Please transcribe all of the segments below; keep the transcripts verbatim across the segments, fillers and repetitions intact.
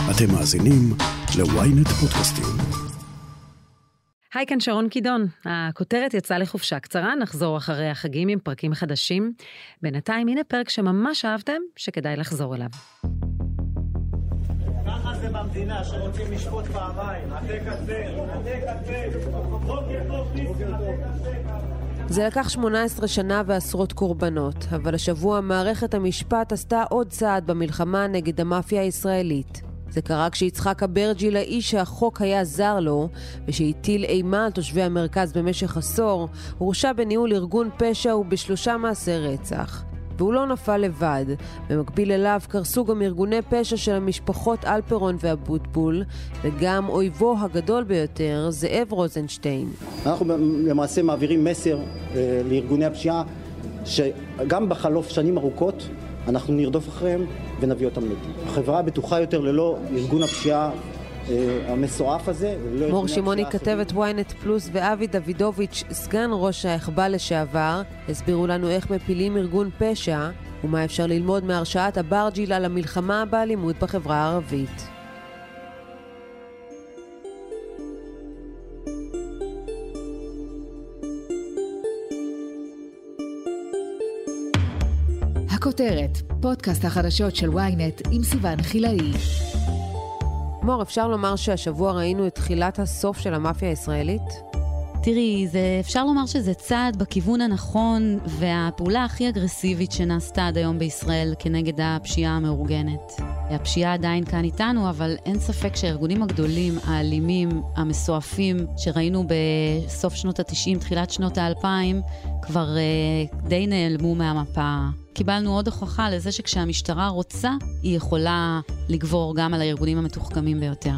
אתם מאזינים ל-ynet פודקאסטים. היי, כאן שרון קידון. הכותרת יצאה לחופשה קצרה, נחזור אחרי החגים עם פרקים חדשים. בינתיים, הנה פרק שממש אהבתם, שכדאי לחזור אליו. ככה זה במדינה שרוצים לשפוט פעמיים. עתק עתק, עתק עתק. בוקר טוב, דיסק, עתק עתק. זה לקח שמונה עשרה שנה ועשרות קורבנות, אבל השבוע מערכת המשפט עשתה עוד צעד במלחמה נגד המאפיה הישראלית. זה קרה כשיצחק אברג'יל, האיש שהחוק היה זר לו, ושהטיל אימה על תושבי המרכז במשך עשור, הורשע בניהול ארגון פשע ובשלושה מעשי רצח. והוא לא נפל לבד. במקביל אליו קרסו גם ארגוני פשע של המשפחות אלפרון ואבוטבול, וגם אויבו הגדול ביותר, זאב רוזנשטיין. אנחנו למעשה מעבירים מסר אה, לארגוני הפשיעה, שגם בחלוף שנים ארוכות, אנחנו נרדוף אחריהם ונביא אותם לדין. החברה בטוחה יותר ללא ארגון הפשיעה אה, המסועף הזה. מור שמעוני כתבת ynet פלוס ואבי דוידוביץ' סגן ראש היחב"ל לשעבר הסבירו לנו איך מפילים ארגון פשע ומה אפשר ללמוד מהרשעת אברג'יל על המלחמה באלימות בחברה הערבית. הכותרת, פודקאסט החדשות של ynet עם סיוון חילאי. מור, אפשר לומר שהשבוע ראינו את תחילת הסוף של המאפיה הישראלית? תראי, זה, אפשר לומר שזה צעד בכיוון הנכון, והפעולה הכי אגרסיבית שנעשתה עד היום בישראל כנגד הפשיעה המאורגנת. הפשיעה עדיין כאן איתנו, אבל אין ספק שהארגונים הגדולים, האלימים, המסועפים, שראינו בסוף שנות ה-תשעים, תחילת שנות ה-אלפיים, כבר uh, די נעלמו מהמפה. קיבלנו עוד הוכחה לזה שכשהמשטרה רוצה, היא יכולה לגבור גם על הארגונים המתוחכמים ביותר.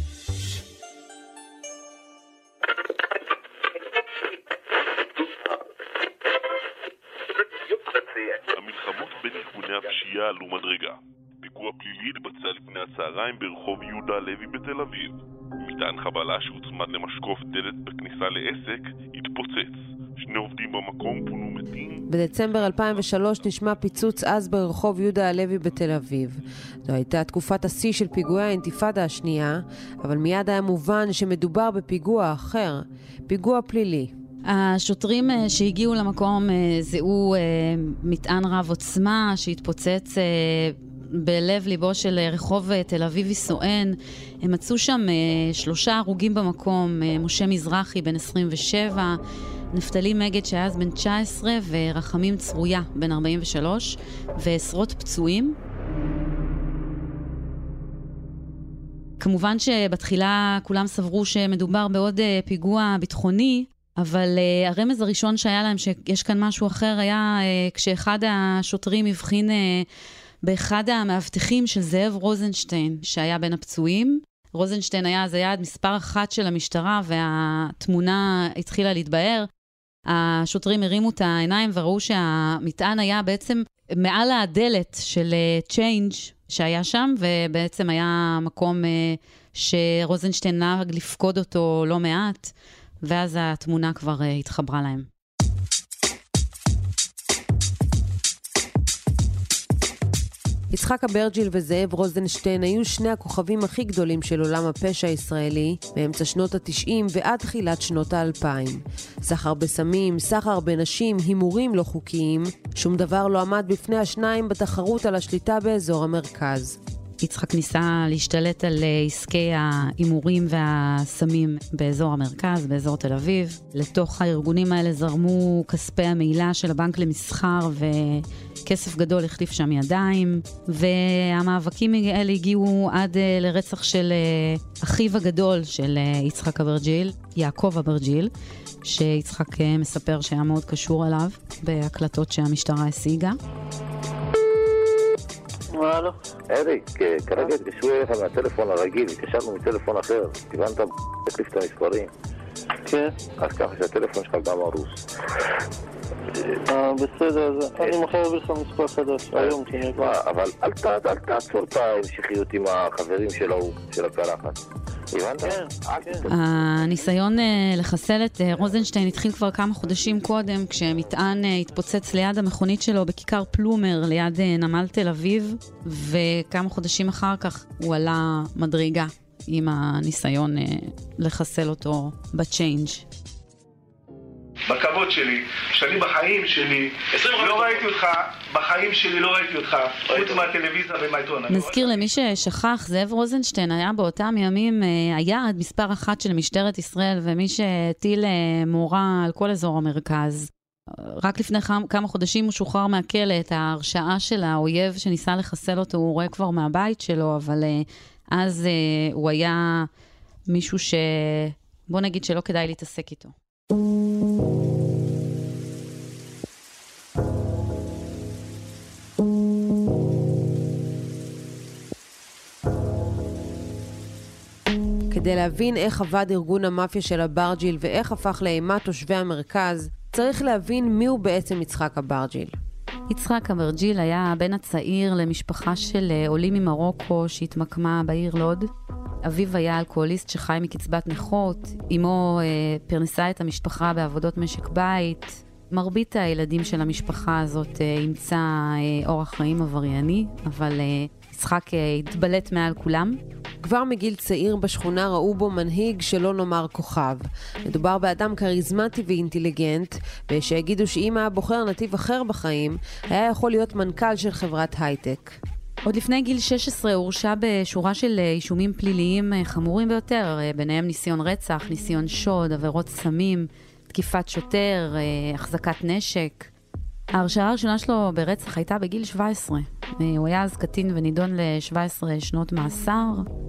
המלחמות בין ארגוני הפשיעה עלו מדרגה. פיגוע פלילי התבצע לפני הצהריים ברחוב יהודה הלוי בתל אביב. מטען חבלה שהוצמד למשקוף דלת בכניסה לעסק התפוצץ. שני עובדים במקום פונו מתים. בדצמבר אלפיים ושלוש נשמע פיצוץ עז ברחוב יהודה הלוי בתל אביב. זו הייתה תקופת השיא של פיגועי האינתיפאדה השנייה, אבל מיד היה מובן שמדובר בפיגוע אחר, פיגוע פלילי. השוטרים שהגיעו למקום זיהו מטען רב עוצמה שהתפוצץ בלב ליבו של רחוב תל אביבי סואן. הם מצאו שם שלושה הרוגים במקום, משה מזרחי בן עשרים ושבע, נפתלי מגד שהיה אז בן תשע עשרה ורחמים צרויה בן ארבעים ושלוש, ועשרות פצועים. כמובן שבתחילה כולם סברו שמדובר בעוד פיגוע ביטחוני, אבל uh, הרמז הראשון שהיה להם שיש כאן משהו אחר היה uh, כשאחד השוטרים הבחין uh, באחד המאבטחים של זאב רוזנשטיין שהיה בין הפצועים. רוזנשטיין היה אז היעד מספר אחת של המשטרה והתמונה התחילה להתבהר. השוטרים הרימו את העיניים וראו שהמטען היה בעצם מעל הדלת של uh, צ'יינג' שהיה שם, ובעצם היה מקום uh, שרוזנשטיין נהג לפקוד אותו לא מעט. ואז התמונה כבר uh, התחברה להם. יצחק אברג'יל וזאב רוזנשטיין היו שני הכוכבים הכי גדולים של עולם הפשע הישראלי, מאמצע שנות ה-תשעים ועד תחילת שנות ה-אלפיים. סחר בסמים, סחר בנשים, הימורים לא חוקיים, שום דבר לא עמד בפני השניים בתחרות על השליטה באזור המרכז. יצחק ניסה להשתלט על עסקי האימורים והסמים באזור המרכז, באזור תל אביב. לתוך הארגונים האלה זרמו כספי המילה של הבנק למסחר, וכסף גדול החליף שם ידיים. והמאבקים האלה הגיעו עד לרצח של אחיו הגדול של יצחק אברג'יל, יעקב אברג'יל, שיצחק מספר שהיה מאוד קשור אליו בהקלטות שהמשטרה השיגה. הלו? אריק, כרגע התקשרו אליך מהטלפון הרגיל, התקשרנו מטלפון אחר, כיוונת להחליף את המספרים. כן. אז ככה שהטלפון שלך גם הרוס. אה, בסדר, אני מוכר להביא לך מספר חדש, היום תהיה. אבל אל תעצור את ההמשכיות עם החברים של הקלחת. הבנת? הניסיון לחסל את רוזנשטיין התחיל כבר כמה חודשים קודם, כשמטען התפוצץ ליד המכונית שלו בכיכר פלומר, ליד נמל תל אביב, וכמה חודשים אחר כך הוא עלה מדרגה עם הניסיון לחסל אותו בצ'יינג'. בכבוד שלי, שאני בחיים שלי לא ראיתי אותך, בחיים שלי לא ראיתי אותך, חוץ מהטלוויזיה ומהעיתון. נזכיר למי ששכח, זאב רוזנשטיין היה באותם ימים היעד מספר אחת של משטרת ישראל, ומי שהטיל מורה על כל אזור המרכז. רק לפני כמה חודשים הוא שוחרר מהכלא. את ההרשעה של האויב שניסה לחסל אותו הוא רואה כבר מהבית שלו, אבל אז הוא היה מישהו ש... בוא נגיד שלא כדאי להתעסק איתו. כדי להבין איך עבד ארגון המאפיה של אברג'יל ואיך הפך לאימת תושבי המרכז, צריך להבין מי הוא בעצם יצחק אברג'יל. יצחק אברג'יל היה בן הצעיר למשפחה של עולים ממרוקו שהתמקמה בעיר לוד. אביו היה אלכוהוליסט שחי מקצבת נכות, אמו אה, פרנסה את המשפחה בעבודות משק בית. מרבית הילדים של המשפחה הזאת אה, ימצא אה, אורח חיים עברייני, אבל אה, יצחק אה, התבלט מעל כולם. כבר מגיל צעיר בשכונה ראו בו מנהיג שלא נאמר כוכב. מדובר באדם קריזמטי ואינטליגנט, ושהגידו שאם היה בוחר נתיב אחר בחיים, היה יכול להיות מנכ"ל של חברת הייטק. עוד לפני גיל שש עשרה הורשע בשורה של אישומים פליליים חמורים ביותר, ביניהם ניסיון רצח, ניסיון שוד, עבירות סמים, תקיפת שוטר, החזקת נשק. ההרשעה הראשונה שלו ברצח הייתה בגיל שבע עשרה. הוא היה אז קטין ונידון ל-שבע עשרה שנות מאסר.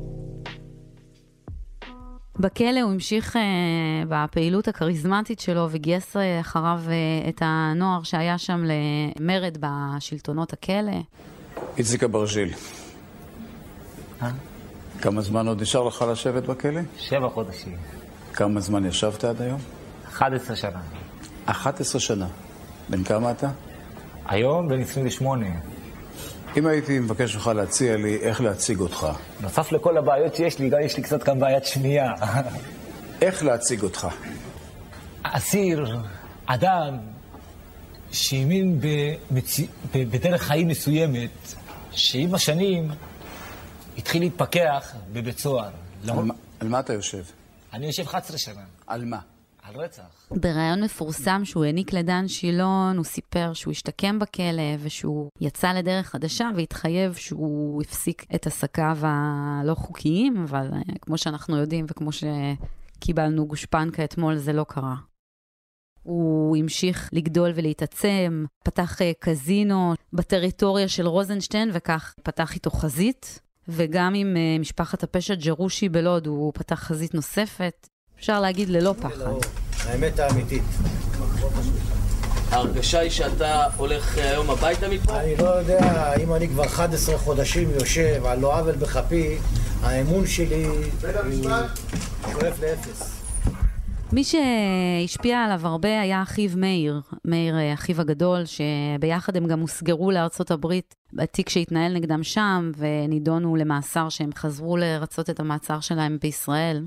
בכלא הוא המשיך בפעילות הקריזמטית שלו וגייס אחריו את הנוער שהיה שם למרד בשלטונות הכלא. איציק אברג'יל. אה? כמה זמן עוד נשאר לך לשבת בכלא? שבע חודשים. כמה זמן ישבת עד היום? אחת עשרה שנה. אחת עשרה שנה. בן כמה אתה? היום בן עשרים ושמונה. אם הייתי מבקש לך להציע לי איך להציג אותך. נוסף לכל הבעיות שיש לי, גם יש לי קצת כאן בעיית שמיעה. איך להציג אותך? אסיר, אדם, שהאמין במצ... בדרך חיים מסוימת, שעם השנים התחיל להתפכח בבית סוהר. על, לא... מה... על מה אתה יושב? אני יושב אחת עשרה שנה. על מה? על רצח. בראיון מפורסם שהוא העניק לדן שילון, הוא סיפר שהוא השתקם בכלא ושהוא יצא לדרך חדשה והתחייב שהוא הפסיק את עסקיו הלא חוקיים, אבל כמו שאנחנו יודעים וכמו שקיבלנו גושפנקה אתמול, זה לא קרה. הוא המשיך לגדול ולהתעצם, פתח קזינו בטריטוריה של רוזנשטיין וכך פתח איתו חזית, וגם עם משפחת הפשע ג'רושי בלוד הוא פתח חזית נוספת. אפשר להגיד ללא פחד. האמת האמיתית. ההרגשה היא שאתה הולך היום הביתה מפה? אני לא יודע, אם אני כבר אחד עשר חודשים יושב על לא עוול בחפי, האמון שלי שואף לאפס. מי שהשפיע עליו הרבה היה אחיו מאיר, מאיר אחיו הגדול, שביחד הם גם הוסגרו לארצות הברית בתיק שהתנהל נגדם שם, ונידונו למאסר שהם חזרו לרצות את המעצר שלהם בישראל.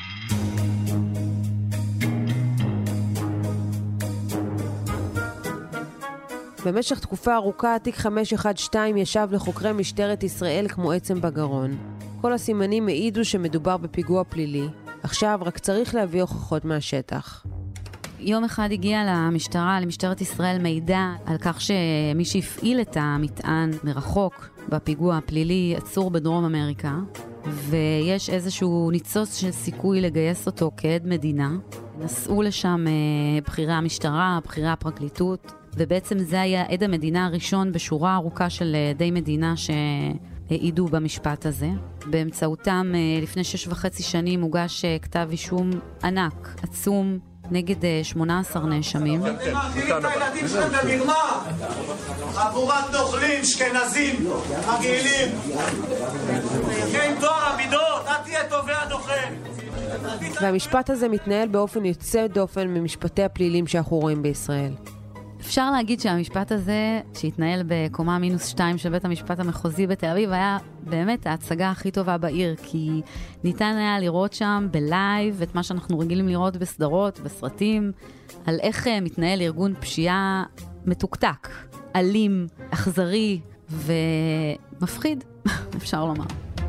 במשך תקופה ארוכה, תיק חמש אחת שתיים ישב לחוקרי משטרת ישראל כמו עצם בגרון. כל הסימנים העידו שמדובר בפיגוע פלילי. עכשיו רק צריך להביא הוכחות מהשטח. יום אחד הגיע למשטרה, למשטרת ישראל, מידע על כך שמי שהפעיל את המטען מרחוק בפיגוע הפלילי עצור בדרום אמריקה, ויש איזשהו ניצוץ של סיכוי לגייס אותו כעד מדינה. נסעו לשם בחירי המשטרה, בחירי הפרקליטות, ובעצם זה היה עד המדינה הראשון בשורה ארוכה של עדי מדינה שהעידו במשפט הזה. באמצעותם לפני שש וחצי שנים הוגש כתב אישום ענק, עצום, נגד שמונה עשר נאשמים. אתם מאכילים את הילדים שלהם במרמה! חבורת נוכלים, שכנזים, מגעילים! כן, תואר המידות, אל תהיה תובע נוכל! והמשפט הזה מתנהל באופן יוצא דופן ממשפטי הפלילים שאנחנו רואים בישראל. אפשר להגיד שהמשפט הזה, שהתנהל בקומה מינוס שתיים של בית המשפט המחוזי בתל אביב, היה באמת ההצגה הכי טובה בעיר, כי ניתן היה לראות שם בלייב את מה שאנחנו רגילים לראות בסדרות, בסרטים, על איך מתנהל ארגון פשיעה מתוקתק, אלים, אכזרי ומפחיד, אפשר לומר.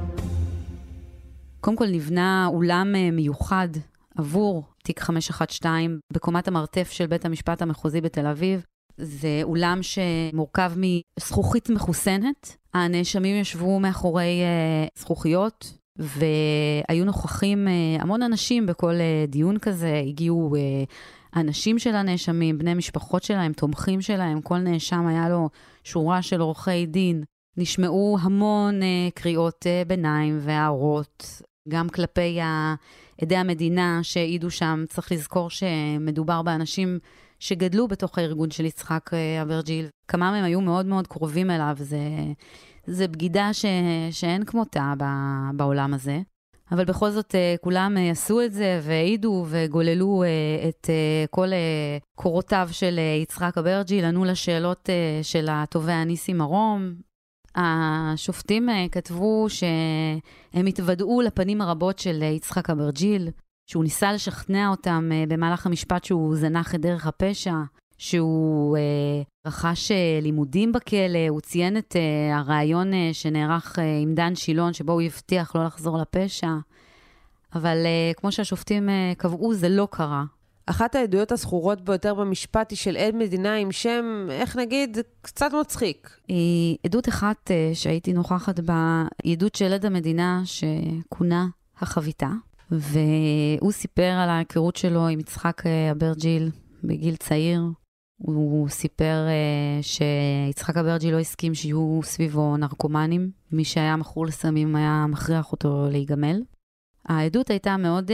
קודם כל נבנה אולם מיוחד עבור תיק חמש אחת שתיים בקומת המרתף של בית המשפט המחוזי בתל אביב. זה אולם שמורכב מזכוכית מחוסנת. הנאשמים ישבו מאחורי uh, זכוכיות, והיו נוכחים uh, המון אנשים בכל uh, דיון כזה. הגיעו uh, אנשים של הנאשמים, בני משפחות שלהם, תומכים שלהם. כל נאשם היה לו שורה של עורכי דין. נשמעו המון uh, קריאות uh, ביניים והערות, גם כלפי עדי המדינה שהעידו שם. צריך לזכור שמדובר באנשים שגדלו בתוך הארגון של יצחק אברג'יל. כמה מהם היו מאוד מאוד קרובים אליו. זה, זה בגידה ש, שאין כמותה ב, בעולם הזה. אבל בכל זאת כולם עשו את זה והעידו וגוללו את כל קורותיו של יצחק אברג'יל, ענו לשאלות של התובע ניסים מרום. השופטים כתבו שהם התוודעו לפנים הרבות של יצחק אברג'יל, שהוא ניסה לשכנע אותם במהלך המשפט שהוא זנח את דרך הפשע, שהוא רכש לימודים בכלא, הוא ציין את הרעיון שנערך עם דן שילון, שבו הוא הבטיח לא לחזור לפשע. אבל כמו שהשופטים קבעו, זה לא קרה. אחת העדויות הסחורות ביותר במשפט היא של עד מדינה עם שם, איך נגיד, קצת מצחיק. היא עדות אחת שהייתי נוכחת בה, עדות של עד המדינה שכונה החביתה, והוא סיפר על ההיכרות שלו עם יצחק אברג'יל בגיל צעיר. הוא סיפר שיצחק אברג'יל לא הסכים שיהיו סביבו נרקומנים, מי שהיה מכור לסמים היה מכריח אותו להיגמל. העדות הייתה מאוד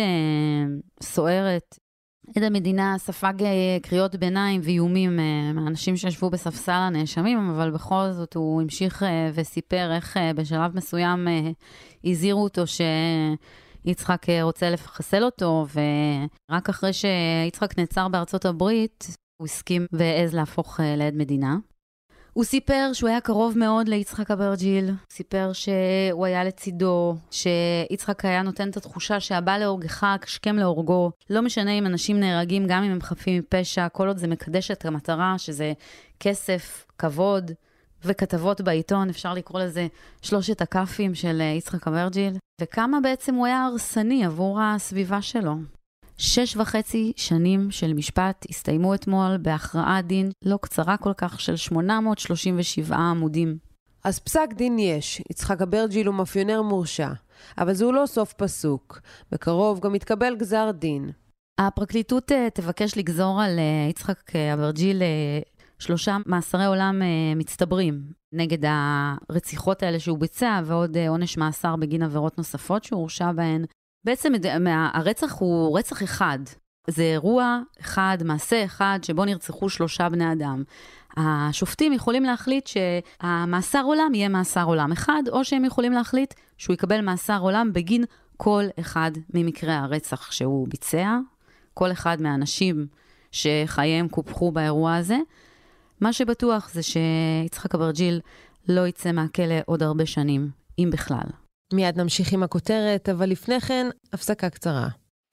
סוערת. עד המדינה ספג קריאות ביניים ואיומים מאנשים שישבו בספסל הנאשמים, אבל בכל זאת הוא המשיך וסיפר איך בשלב מסוים הזהירו אותו שיצחק רוצה לחסל אותו, ורק אחרי שיצחק נעצר בארצות הברית, הוא הסכים ועז להפוך לעד מדינה. הוא סיפר שהוא היה קרוב מאוד ליצחק אברג'יל, הוא סיפר שהוא היה לצידו, שיצחק היה נותן את התחושה שהבא להורגך, כשכם להורגו. לא משנה אם אנשים נהרגים, גם אם הם חפים מפשע, כל עוד זה מקדש את המטרה, שזה כסף, כבוד וכתבות בעיתון, אפשר לקרוא לזה שלושת הקפים של יצחק אברג'יל. וכמה בעצם הוא היה הרסני עבור הסביבה שלו. שש וחצי שנים של משפט הסתיימו אתמול בהכרעת דין לא קצרה כל כך של שמונה מאות שלושים ושבעה עמודים. אז פסק דין יש. יצחק אברג'יל הוא מאפיונר מורשע, אבל זהו לא סוף פסוק. בקרוב גם יתקבל גזר דין. הפרקליטות תבקש לגזור על יצחק אברג'יל שלושה מאסרי עולם מצטברים נגד הרציחות האלה שהוא ביצע, ועוד עונש מאסר בגין עבירות נוספות שהוא הורשע בהן. בעצם הרצח הוא רצח אחד. זה אירוע אחד, מעשה אחד, שבו נרצחו שלושה בני אדם. השופטים יכולים להחליט שהמאסר עולם יהיה מאסר עולם אחד, או שהם יכולים להחליט שהוא יקבל מאסר עולם בגין כל אחד ממקרי הרצח שהוא ביצע, כל אחד מהאנשים שחייהם קופחו באירוע הזה. מה שבטוח זה שיצחק אברג'יל לא יצא מהכלא עוד הרבה שנים, אם בכלל. מיד נמשיך עם הכותרת, אבל לפני כן, הפסקה קצרה.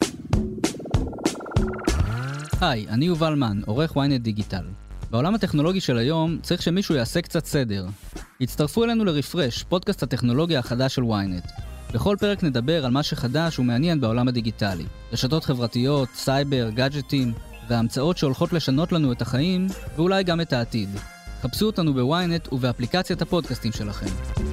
היי, אני יובל מן, עורך ynet דיגיטל. בעולם הטכנולוגי של היום צריך שמישהו יעשה קצת סדר. הצטרפו אלינו לרפרש, פודקאסט הטכנולוגיה החדש של ynet. בכל פרק נדבר על מה שחדש ומעניין בעולם הדיגיטלי. רשתות חברתיות, סייבר, גאדג'טים, וההמצאות שהולכות לשנות לנו את החיים, ואולי גם את העתיד. חפשו אותנו ב-ynet ובאפליקציית הפודקאסטים שלכם.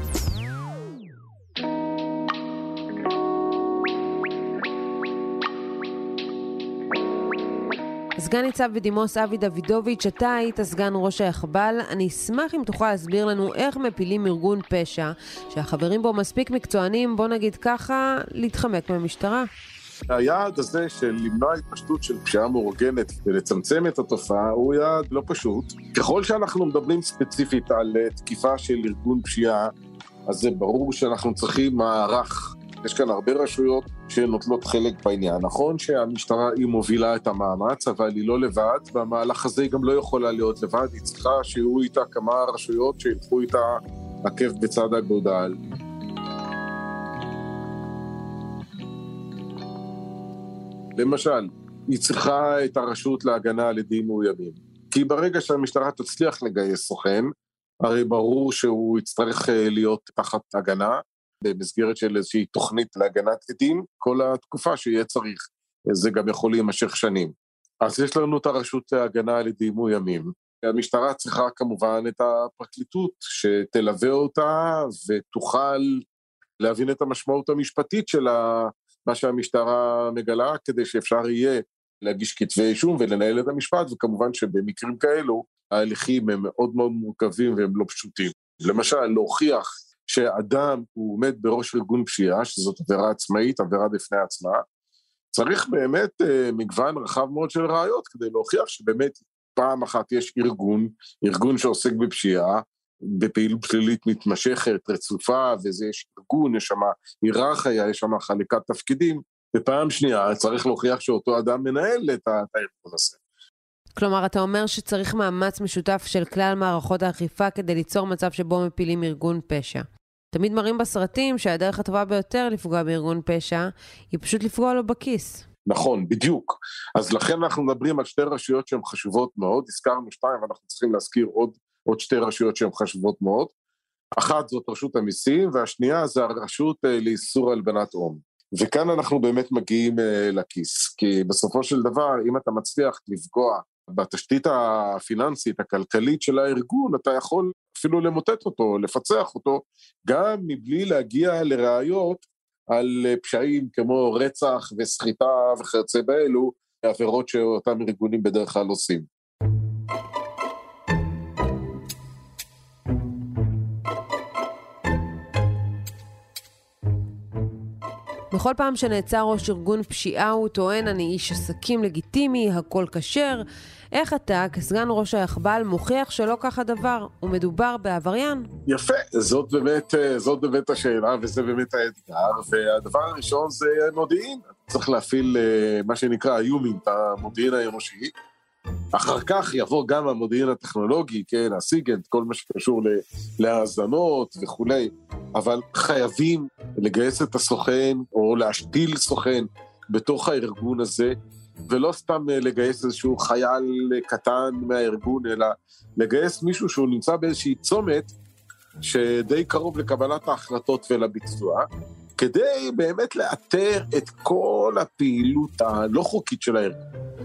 סגן ניצב בדימוס אבי דוידוביץ', אתה היית סגן ראש היחב"ל. אני אשמח אם תוכל להסביר לנו איך מפילים ארגון פשע, שהחברים בו מספיק מקצוענים, בוא נגיד ככה, להתחמק מהמשטרה. היעד הזה של למנוע התפשטות של פשיעה מאורגנת ולצמצם את התופעה הוא יעד לא פשוט. ככל שאנחנו מדברים ספציפית על תקיפה של ארגון פשיעה, אז זה ברור שאנחנו צריכים מערך יש כאן הרבה רשויות שנוטלות חלק בעניין. נכון שהמשטרה היא מובילה את המאמץ, אבל היא לא לבד, והמהלך הזה היא גם לא יכולה להיות לבד, היא צריכה שיהיו איתה כמה רשויות שילכו איתה עקב בצד אגודל. למשל, היא צריכה את הרשות להגנה על עדים מאוימים. כי ברגע שהמשטרה תצליח לגייס סוכן, הרי ברור שהוא יצטרך להיות תחת הגנה, במסגרת של איזושהי תוכנית להגנת עדים, כל התקופה שיהיה צריך. זה גם יכול להימשך שנים. אז יש לנו את הרשות להגנה על עדים מאוימים. המשטרה צריכה כמובן את הפרקליטות שתלווה אותה ותוכל להבין את המשמעות המשפטית של מה שהמשטרה מגלה, כדי שאפשר יהיה להגיש כתבי אישום ולנהל את המשפט, וכמובן שבמקרים כאלו ההליכים הם מאוד מאוד מורכבים והם לא פשוטים. למשל, להוכיח שאדם הוא עומד בראש ארגון פשיעה, שזאת עבירה עצמאית, עבירה בפני עצמה, צריך באמת מגוון רחב מאוד של ראיות, כדי להוכיח שבאמת פעם אחת יש ארגון, ארגון שעוסק בפשיעה, בפעילות פלילית מתמשכת, רצופה, וזה יש ארגון, יש שם היררכיה, יש שם חלוקת תפקידים, ופעם שנייה צריך להוכיח שאותו אדם מנהל את הארגון הזה. כלומר, אתה אומר שצריך מאמץ משותף של כלל מערכות האכיפה כדי ליצור מצב שבו מפילים ארגון פשע. תמיד מראים בסרטים שהדרך הטובה ביותר לפגוע בארגון פשע היא פשוט לפגוע לו בכיס. נכון, בדיוק. אז לכן אנחנו מדברים על שתי רשויות שהן חשובות מאוד, הזכרנו שתיים ואנחנו צריכים להזכיר עוד, עוד שתי רשויות שהן חשובות מאוד. אחת זאת רשות המיסים והשנייה זה הרשות לאיסור הלבנת הון. וכאן אנחנו באמת מגיעים לכיס, כי בסופו של דבר אם אתה מצליח לפגוע בתשתית הפיננסית, הכלכלית של הארגון, אתה יכול אפילו למוטט אותו, לפצח אותו, גם מבלי להגיע לראיות על פשעים כמו רצח וסחיטה וכיוצא באלו, עבירות שאותם ארגונים בדרך כלל עושים. בכל פעם שנעצר ראש ארגון פשיעה הוא טוען, אני איש עסקים לגיטימי, הכל כשר. איך אתה, כסגן ראש היחבל, מוכיח שלא כך הדבר, ומדובר בעבריין? יפה, זאת באמת, זאת באמת השאלה, וזה באמת האתגר, והדבר הראשון זה מודיעין. צריך להפעיל מה שנקרא איומים, את המודיעין האנושי. אחר כך יבוא גם המודיעין הטכנולוגי, כן, הסיגנט, כל מה שקשור להאזנות וכולי, אבל חייבים לגייס את הסוכן, או להשתיל סוכן בתוך הארגון הזה, ולא סתם לגייס איזשהו חייל קטן מהארגון, אלא לגייס מישהו שהוא נמצא באיזושהי צומת, שדי קרוב לקבלת ההחלטות ולביצוע, כדי באמת לאתר את כל הפעילות הלא חוקית של הארגון.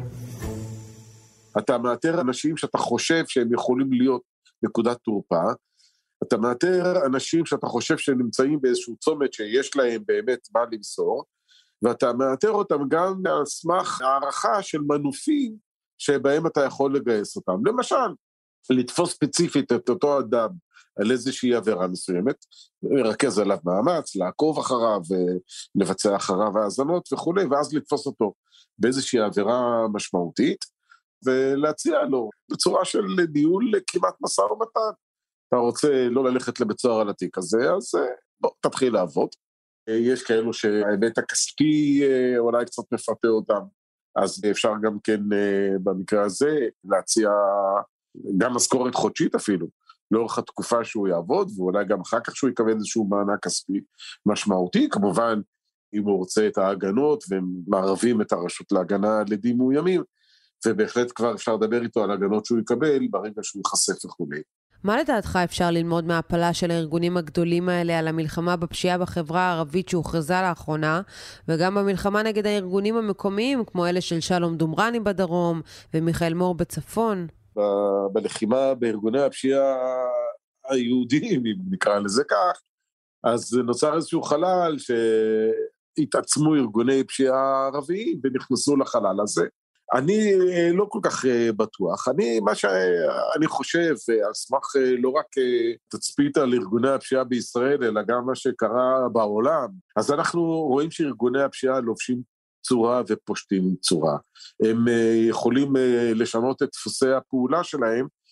אתה מאתר אנשים שאתה חושב שהם יכולים להיות נקודת תורפה, אתה מאתר אנשים שאתה חושב שהם נמצאים באיזשהו צומת שיש להם באמת מה למסור, ואתה מאתר אותם גם על סמך הערכה של מנופים שבהם אתה יכול לגייס אותם. למשל, לתפוס ספציפית את אותו אדם על איזושהי עבירה מסוימת, לרכז עליו מאמץ, לעקוב אחריו, לבצע אחריו האזנות וכו', ואז לתפוס אותו באיזושהי עבירה משמעותית, ולהציע לו בצורה של ניהול כמעט משא ומתן. אתה רוצה לא ללכת לבית סוהר על התיק הזה, אז בוא, תתחיל לעבוד. יש כאלו שההיבט הכספי אולי קצת מפתה אותם, אז אפשר גם כן במקרה הזה להציע גם משכורת חודשית אפילו, לאורך התקופה שהוא יעבוד, ואולי גם אחר כך שהוא יקבל איזשהו מענק כספי משמעותי, כמובן אם הוא רוצה את ההגנות, והם מערבים את הרשות להגנה על עדים מאוימים, ובהחלט כבר אפשר לדבר איתו על הגנות שהוא יקבל ברגע שהוא יחשף וכולי. מה לדעתך אפשר ללמוד מההפלה של הארגונים הגדולים האלה על המלחמה בפשיעה בחברה הערבית שהוכרזה לאחרונה, וגם במלחמה נגד הארגונים המקומיים, כמו אלה של שלום דומרני בדרום ומיכאל מור בצפון? ב- בלחימה בארגוני הפשיעה היהודיים, אם נקרא לזה כך, אז נוצר איזשהו חלל שהתעצמו ארגוני פשיעה ערביים ונכנסו לחלל הזה. אני לא כל כך בטוח, אני, מה שאני חושב, על סמך לא רק תצפית על ארגוני הפשיעה בישראל, אלא גם מה שקרה בעולם, אז אנחנו רואים שארגוני הפשיעה לובשים צורה ופושטים צורה. הם יכולים לשנות את דפוסי הפעולה שלהם,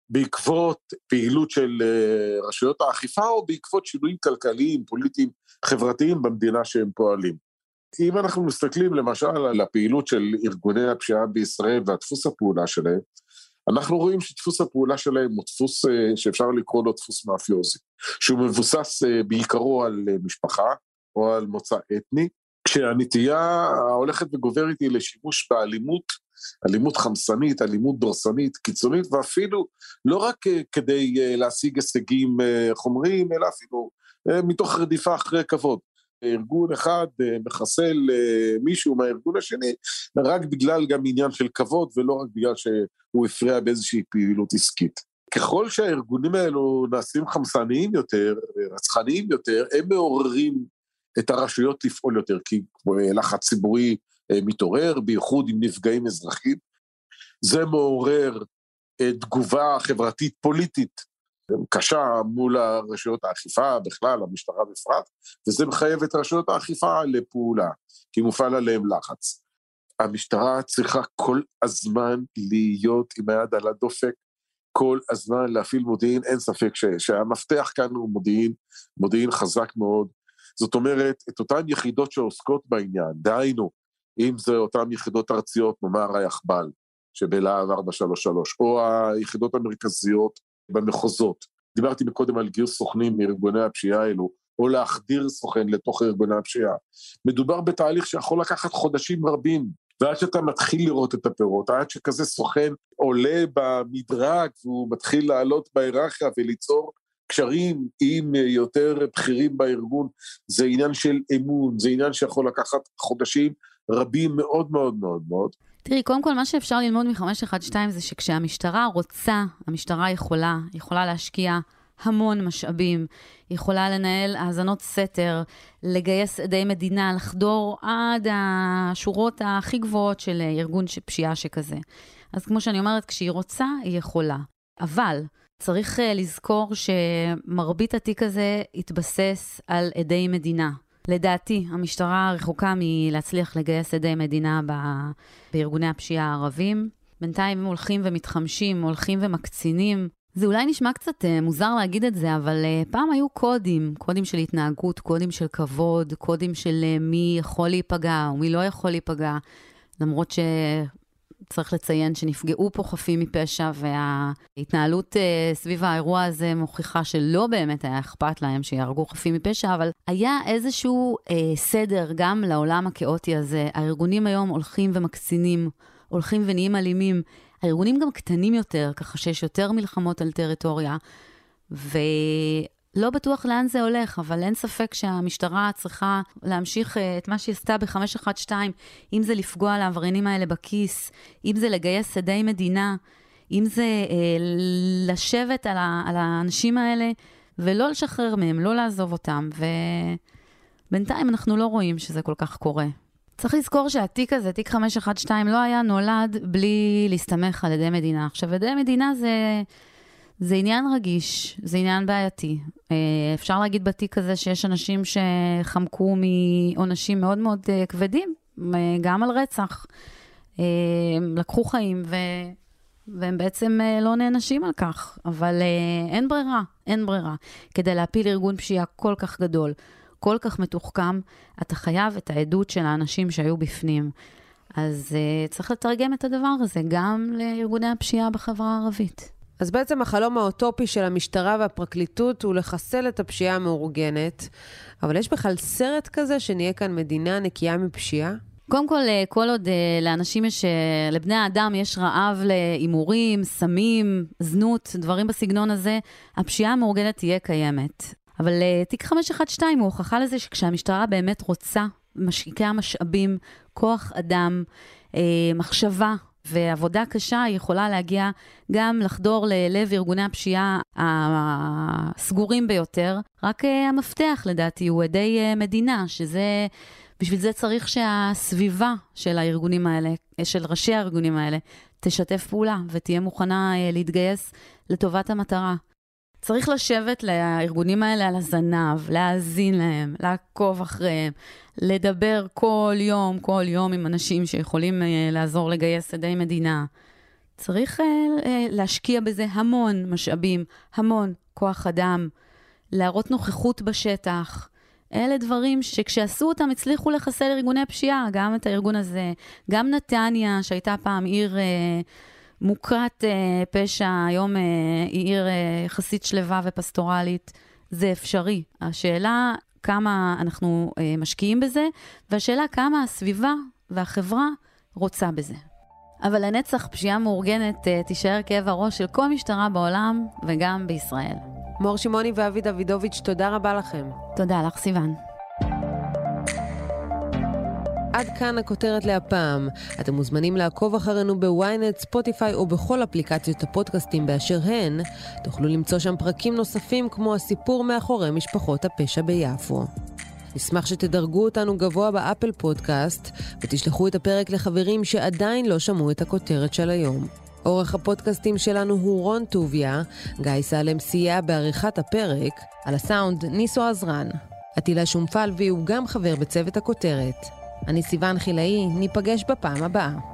בעקבות פעילות של רשויות האכיפה, או בעקבות שינויים כלכליים, פוליטיים, חברתיים במדינה שהם פועלים. אם אנחנו מסתכלים למשל על הפעילות של ארגוני הפשיעה בישראל והדפוס הפעולה שלהם, אנחנו רואים שדפוס הפעולה שלהם הוא דפוס שאפשר לקרוא לו דפוס מאפיוזי, שהוא מבוסס בעיקרו על משפחה או על מוצא אתני, כשהנטייה ההולכת וגוברת היא לשימוש באלימות, אלימות חמסנית, אלימות דורסנית, קיצונית, ואפילו לא רק כדי להשיג הישגים חומריים, אלא אפילו מתוך רדיפה אחרי כבוד. ארגון אחד מחסל מישהו מהארגון השני, רק בגלל גם עניין של כבוד, ולא רק בגלל שהוא הפריע באיזושהי פעילות עסקית. ככל שהארגונים האלו נעשים חמסניים יותר, רצחניים יותר, הם מעוררים את הרשויות לפעול יותר, כי לחץ ציבורי מתעורר, בייחוד עם נפגעים אזרחים. זה מעורר תגובה חברתית פוליטית קשה מול הרשויות האכיפה בכלל, המשטרה בפרט, וזה מחייב את רשויות האכיפה לפעולה, כי מופעל עליהם לחץ. המשטרה צריכה כל הזמן להיות עם היד על הדופק, כל הזמן להפעיל מודיעין, אין ספק ש, שהמפתח כאן הוא מודיעין, מודיעין חזק מאוד. זאת אומרת, את אותן יחידות שעוסקות בעניין, דהיינו, אם זה אותן יחידות ארציות, נאמר היחבל, שבלהב ארבע שלוש שלוש, או היחידות המרכזיות במחוזות. דיברתי מקודם על גיוס סוכנים מארגוני הפשיעה האלו, או להחדיר סוכן לתוך ארגוני הפשיעה. מדובר בתהליך שיכול לקחת חודשים רבים, ועד שאתה מתחיל לראות את הפירות, עד שכזה סוכן עולה במדרג, והוא מתחיל לעלות בהיררכיה וליצור קשרים עם יותר בכירים בארגון, זה עניין של אמון, זה עניין שיכול לקחת חודשים רבים מאוד מאוד מאוד מאוד. תראי, קודם כל מה שאפשר ללמוד מ-חמש אחת שתיים זה שכשהמשטרה רוצה, המשטרה יכולה, יכולה להשקיע המון משאבים, יכולה לנהל האזנות סתר, לגייס עדי מדינה, לחדור עד השורות הכי גבוהות של ארגון פשיעה שכזה. אז כמו שאני אומרת, כשהיא רוצה, היא יכולה. אבל צריך לזכור שמרבית התיק הזה התבסס על עדי מדינה. לדעתי, המשטרה רחוקה מלהצליח לגייס עדי מדינה ב- בארגוני הפשיעה הערבים. בינתיים הם הולכים ומתחמשים, הולכים ומקצינים. זה אולי נשמע קצת uh, מוזר להגיד את זה, אבל uh, פעם היו קודים, קודים של התנהגות, קודים של כבוד, קודים של uh, מי יכול להיפגע ומי לא יכול להיפגע, למרות שצריך לציין שנפגעו פה חפים מפשע, וההתנהלות uh, סביב האירוע הזה מוכיחה שלא באמת היה אכפת להם שיהרגו חפים מפשע, אבל היה איזשהו uh, סדר גם לעולם הכאוטי הזה. הארגונים היום הולכים ומקצינים, הולכים ונהיים אלימים, הארגונים גם קטנים יותר, ככה שיש יותר מלחמות על טריטוריה, ולא בטוח לאן זה הולך, אבל אין ספק שהמשטרה צריכה להמשיך את מה שהיא עשתה ב-חמש אחת שתיים, אם זה לפגוע לעבריינים האלה בכיס, אם זה לגייס עדי מדינה, אם זה אה, לשבת על, ה- על האנשים האלה, ולא לשחרר מהם, לא לעזוב אותם, ובינתיים אנחנו לא רואים שזה כל כך קורה. צריך לזכור שהתיק הזה, תיק חמש אחת שתיים, לא היה נולד בלי להסתמך על עדי מדינה. עכשיו, עדי מדינה זה, זה עניין רגיש, זה עניין בעייתי. אפשר להגיד בתיק הזה שיש אנשים שחמקו מעונשים מאוד מאוד כבדים, גם על רצח. לקחו חיים ו... והם בעצם לא נענשים על כך. אבל אין ברירה, אין ברירה. כדי להפיל ארגון פשיעה כל כך גדול, כל כך מתוחכם, אתה חייב את העדות של האנשים שהיו בפנים. אז uh, צריך לתרגם את הדבר הזה גם לארגוני הפשיעה בחברה הערבית. אז בעצם החלום האוטופי של המשטרה והפרקליטות הוא לחסל את הפשיעה המאורגנת, אבל יש בכלל סרט כזה שנהיה כאן מדינה נקייה מפשיעה? קודם כל, כל עוד לאנשים יש, לבני האדם יש רעב לאימורים, סמים, זנות, דברים בסגנון הזה, הפשיעה המאורגנת תהיה קיימת. אבל תיק חמש אחת שתיים הוא הוכחה לזה שכשהמשטרה באמת רוצה, משקיקי משאבים, כוח אדם, מחשבה ועבודה קשה, היא יכולה להגיע גם לחדור ללב ארגוני הפשיעה הסגורים ביותר. רק המפתח לדעתי הוא עדי מדינה, שזה, בשביל זה צריך שהסביבה של הארגונים האלה, של ראשי הארגונים האלה, תשתף פעולה ותהיה מוכנה להתגייס לטובת המטרה. צריך לשבת לארגונים האלה על הזנב, להאזין להם, לעקוב אחריהם, לדבר כל יום, כל יום עם אנשים שיכולים לעזור לגייס עדי מדינה. צריך להשקיע בזה המון משאבים, המון כוח אדם, להראות נוכחות בשטח. אלה דברים שכשעשו אותם הצליחו לחסל ארגוני פשיעה, גם את הארגון הזה, גם נתניה, שהייתה פעם עיר אה, מוכרת אה, פשע, היום אה, היא עיר אה, יחסית שלווה ופסטורלית, זה אפשרי. השאלה כמה אנחנו אה, משקיעים בזה, והשאלה כמה הסביבה והחברה רוצה בזה. אבל לנצח פשיעה מאורגנת אה, תישאר כאב הראש של כל משטרה בעולם וגם בישראל. מור שמעוני ואבי דוידוביץ', תודה רבה לכם. תודה לך, סיוון. עד כאן הכותרת להפעם. אתם מוזמנים לעקוב אחרינו בוויינט, ספוטיפיי או בכל אפליקציות הפודקאסטים באשר הן. תוכלו למצוא שם פרקים נוספים כמו הסיפור מאחורי משפחות הפשע ביפו. נשמח שתדרגו אותנו גבוה באפל פודקאסט ותשלחו את הפרק לחברים שעדיין לא שמעו את הכותרת של היום. עורך הפודקאסטים שלנו הוא רון טוביה, גיא סלם סייע בעריכת הפרק, על הסאונד ניסו עזרן. עטילה שומפלבי הוא גם חבר בצוות הכותרת. אני סיוון חילאי, ניפגש בפעם הבאה.